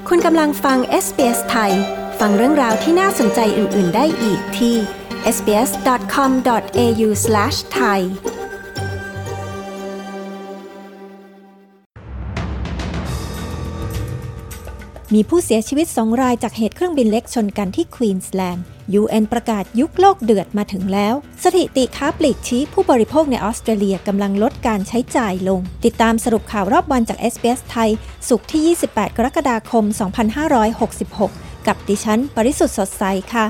คุณกำลังฟัง SBS ไทยฟังเรื่องราวที่น่าสนใจอื่นๆได้อีกที่ sbs.com.au/thaiมีผู้เสียชีวิต2 รายจากเหตุเครื่องบินเล็กชนกันที่ควีนส์แลนด์ UN ประกาศยุคโลกเดือดมาถึงแล้วสถิติค้าปลีกชี้ผู้บริโภคในออสเตรเลียกำลังลดการใช้จ่ายลงติดตามสรุปข่าวรอบวันจาก SBS ไทยศุกร์ที่28กรกฎาคม2566กับดิฉันปริสุทธิ์สดใสค่ะ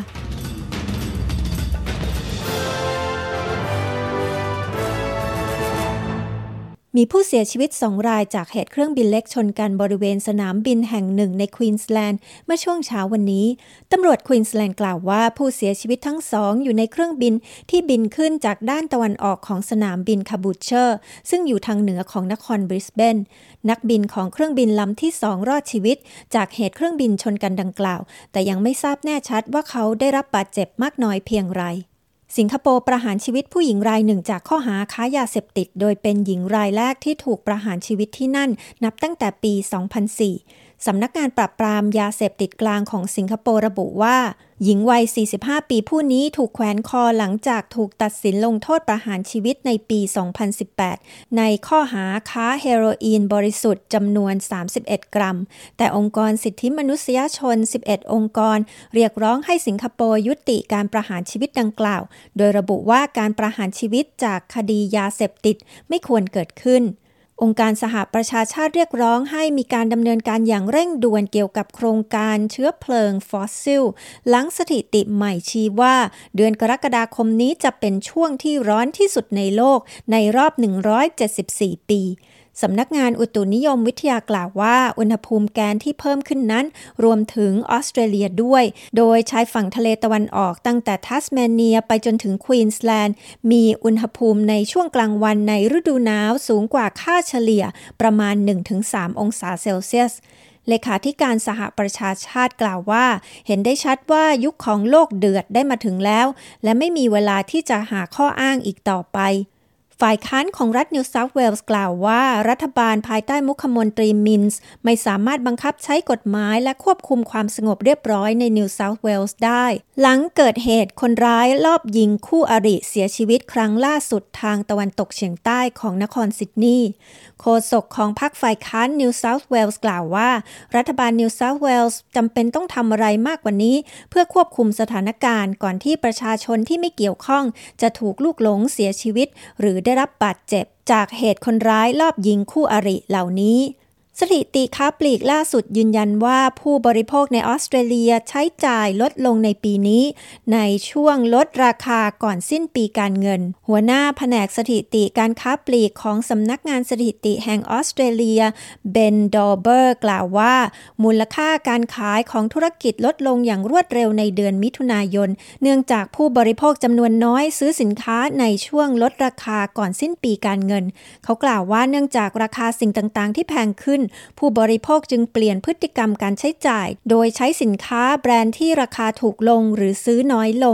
มีผู้เสียชีวิต2 รายจากเหตุเครื่องบินเล็กชนกันบริเวณสนามบินแห่งหนึ่งในควีนส์แลนด์เมื่อช่วงเช้าวันนี้ตำรวจควีนส์แลนด์กล่าวว่าผู้เสียชีวิตทั้ง2อยู่ในเครื่องบินที่บินขึ้นจากด้านตะวันออกของสนามบินคาบูเชอร์ซึ่งอยู่ทางเหนือของนครบริสเบนนักบินของเครื่องบินลำที่2รอดชีวิตจากเหตุเครื่องบินชนกันดังกล่าวแต่ยังไม่ทราบแน่ชัดว่าเขาได้รับบาดเจ็บมากน้อยเพียงไรสิงคโปร์ประหารชีวิตผู้หญิงรายหนึ่งจากข้อหาค้ายาเสพติดโดยเป็นหญิงรายแรกที่ถูกประหารชีวิตที่นั่นนับตั้งแต่ปี 2004 สำนักงานปราบปรามยาเสพติดกลางของสิงคโปร์ระบุว่าหญิงวัย 45 ปีผู้นี้ถูกแขวนคอหลังจากถูกตัดสินลงโทษประหารชีวิตในปี 2018 ในข้อหาค้าเฮโรอีนบริสุทธิ์จำนวน 31 กรัมแต่องค์กรสิทธิมนุษยชน 11 องค์กรเรียกร้องให้สิงคโปร์ยุติการประหารชีวิตดังกล่าวโดยระบุว่าการประหารชีวิตจากคดียาเสพติดไม่ควรเกิดขึ้นองค์การสหประชาชาติเรียกร้องให้มีการดำเนินการอย่างเร่งด่วนเกี่ยวกับโครงการเชื้อเพลิงฟอสซิลหลังสถิติใหม่ชี้ว่าเดือนกรกฎาคมนี้จะเป็นช่วงที่ร้อนที่สุดในโลกในรอบ174 ปีสำนักงานอุตุนิยมวิทยากล่าวว่าอุณหภูมิแกนที่เพิ่มขึ้นนั้นรวมถึงออสเตรเลียด้วยโดยชายฝั่งทะเลตะวันออกตั้งแต่ทัสเมเนียไปจนถึงควีนส์แลนด์มีอุณหภูมิในช่วงกลางวันในฤดูหนาวสูงกว่าค่าเฉลี่ยประมาณ 1-3 องศาเซลเซียสเลขาธิการสหประชาชาติกล่าวว่าเห็นได้ชัดว่ายุคของโลกเดือดได้มาถึงแล้วและไม่มีเวลาที่จะหาข้ออ้างอีกต่อไปฝ่ายค้านของรัฐนิวเซาท์เวลส์กล่าวว่ารัฐบาลภายใต้มุขมนตรีมินส์ไม่สามารถบังคับใช้กฎหมายและควบคุมความสงบเรียบร้อยในนิวเซาท์เวลส์ได้หลังเกิดเหตุคนร้ายลอบยิงคู่อริเสียชีวิตครั้งล่าสุดทางตะวันตกเฉียงใต้ของนครซิดนีย์โฆษกของพรรคฝ่ายค้านนิวเซาท์เวลส์กล่าวว่ารัฐบาลนิวเซาท์เวลส์จำเป็นต้องทำอะไรมากกว่านี้เพื่อควบคุมสถานการณ์ก่อนที่ประชาชนที่ไม่เกี่ยวข้องจะถูกลูกหลงเสียชีวิตหรือได้รับบาดเจ็บจากเหตุคนร้ายลอบยิงคู่อริเหล่านี้สถิติค้าปลีกล่าสุดยืนยันว่าผู้บริโภคในออสเตรเลียใช้จ่ายลดลงในปีนี้ในช่วงลดราคาก่อนสิ้นปีการเงินหัวหน้าแผนกสถิติการค้าปลีกของสำนักงานสถิติแห่งออสเตรเลียเบนดอเบอร์กล่าวว่ามูลค่าการขายของธุรกิจลดลงอย่างรวดเร็วในเดือนมิถุนายนเนื่องจากผู้บริโภคจำนวนน้อยซื้อสินค้าในช่วงลดราคาก่อนสิ้นปีการเงินเขากล่าวว่าเนื่องจากราคาสิ่งต่างๆที่แพงขึ้นผู้บริโภคจึงเปลี่ยนพฤติกรรมการใช้จ่ายโดยใช้สินค้าแบรนด์ที่ราคาถูกลงหรือซื้อน้อยลง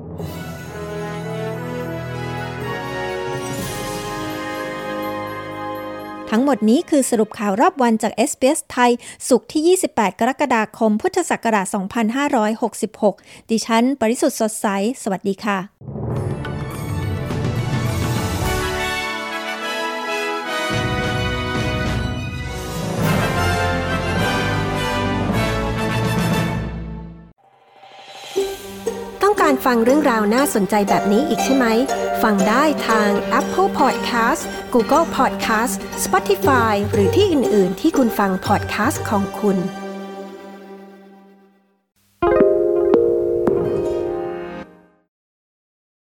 ทั้งหมดนี้คือสรุปข่าวรอบวันจาก SBS ไทยศุกร์ที่28กรกฎาคมพุทธศักราช2566ดิฉันปริสุทธิ์สดใสสวัสดีค่ะต้องการฟังเรื่องราวน่าสนใจแบบนี้อีกใช่ไหมฟังได้ทาง Apple Podcast Google Podcast Spotify หรือที่อื่นๆที่คุณฟัง podcast ของคุณ